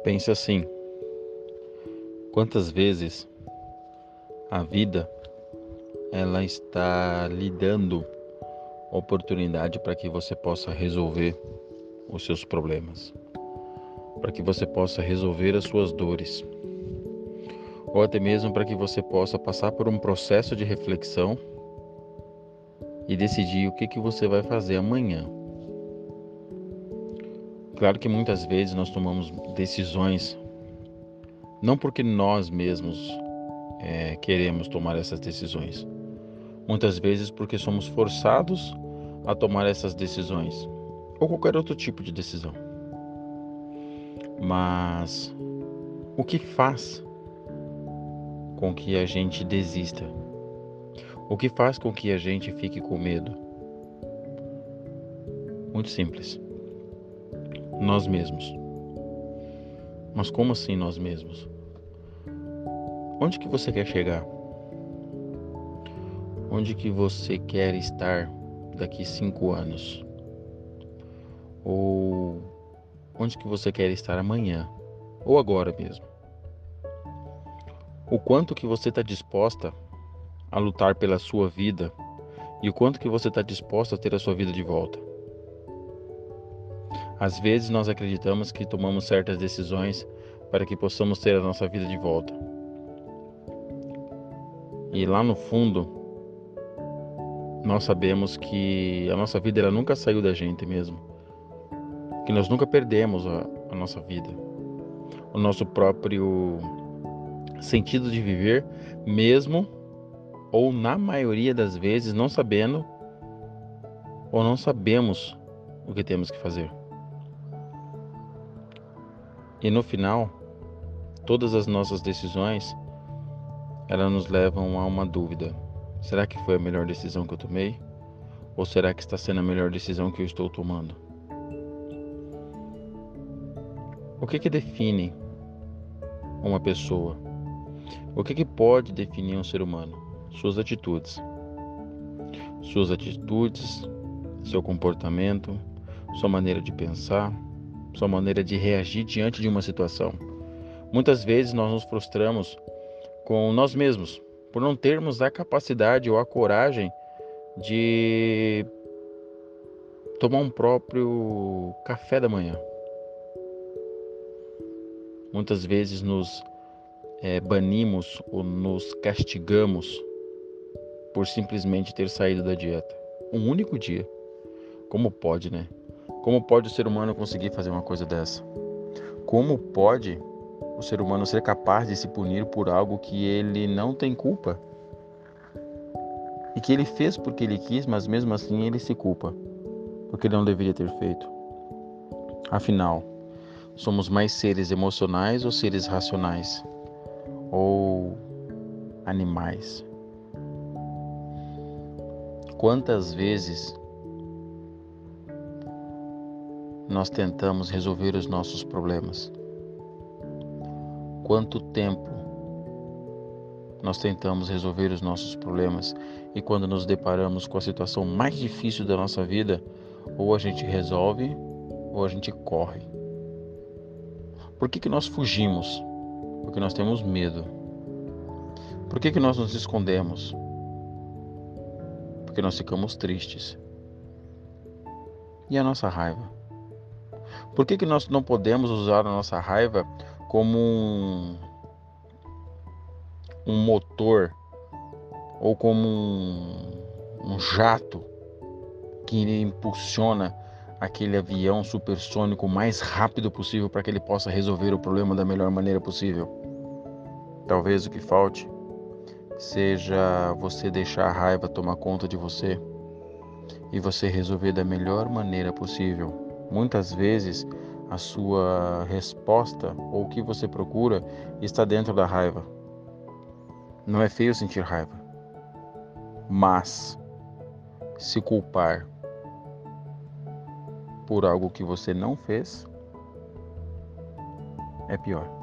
Pense assim, quantas vezes a vida ela está lhe dando oportunidade para que você possa resolver os seus problemas, para que você possa resolver as suas dores, ou até mesmo para que você possa passar por um processo de reflexão e decidir o que você vai fazer amanhã. Claro que muitas vezes nós tomamos decisões não porque nós mesmos queremos tomar essas decisões, muitas vezes porque somos forçados a tomar essas decisões, ou qualquer outro tipo de decisão. Mas o que faz com que a gente desista? O que faz com que a gente fique com medo? Muito simples. Nós mesmos. Mas como assim nós mesmos? Onde que você quer chegar? Onde que você quer estar daqui 5 anos? Ou onde que você quer estar amanhã? Ou agora mesmo? O quanto que você está disposta a lutar pela sua vida e o quanto que você está disposta a ter a sua vida de volta? Às vezes nós acreditamos que tomamos certas decisões para que possamos ter a nossa vida de volta. E lá no fundo, nós sabemos que a nossa vida ela nunca saiu da gente mesmo. Que nós nunca perdemos a nossa vida. O nosso próprio sentido de viver, mesmo ou na maioria das vezes não sabendo ou não sabemos o que temos que fazer. E no final, todas as nossas decisões, elas nos levam a uma dúvida. Será que foi a melhor decisão que eu tomei? Ou será que está sendo a melhor decisão que eu estou tomando? O que define uma pessoa? O que pode definir um ser humano? Suas atitudes. Suas atitudes, seu comportamento, sua maneira de pensar, sua maneira de reagir diante de uma situação. Muitas vezes nós nos frustramos com nós mesmos, por não termos a capacidade ou a coragem de tomar um próprio café da manhã. Muitas vezes nos banimos ou nos castigamos por simplesmente ter saído da dieta. Um único dia. Como pode, né? Como pode o ser humano conseguir fazer uma coisa dessa? Como pode o ser humano ser capaz de se punir por algo que ele não tem culpa? E que ele fez porque ele quis, mas mesmo assim ele se culpa, porque ele não deveria ter feito. Afinal, somos mais seres emocionais ou seres racionais? Ou animais? Quantas vezes nós tentamos resolver os nossos problemas? Quanto tempo nós tentamos resolver os nossos problemas e quando nos deparamos com a situação mais difícil da nossa vida, ou a gente resolve ou a gente corre. Por que nós fugimos? Porque nós temos medo. Por que nós nos escondemos? Porque nós ficamos tristes. E a nossa raiva? Por que nós não podemos usar a nossa raiva como um motor ou como um jato que impulsiona aquele avião supersônico o mais rápido possível para que ele possa resolver o problema da melhor maneira possível? Talvez o que falte seja você deixar a raiva tomar conta de você e você resolver da melhor maneira possível. Muitas vezes a sua resposta ou o que você procura está dentro da raiva. Não é feio sentir raiva, mas se culpar por algo que você não fez é pior.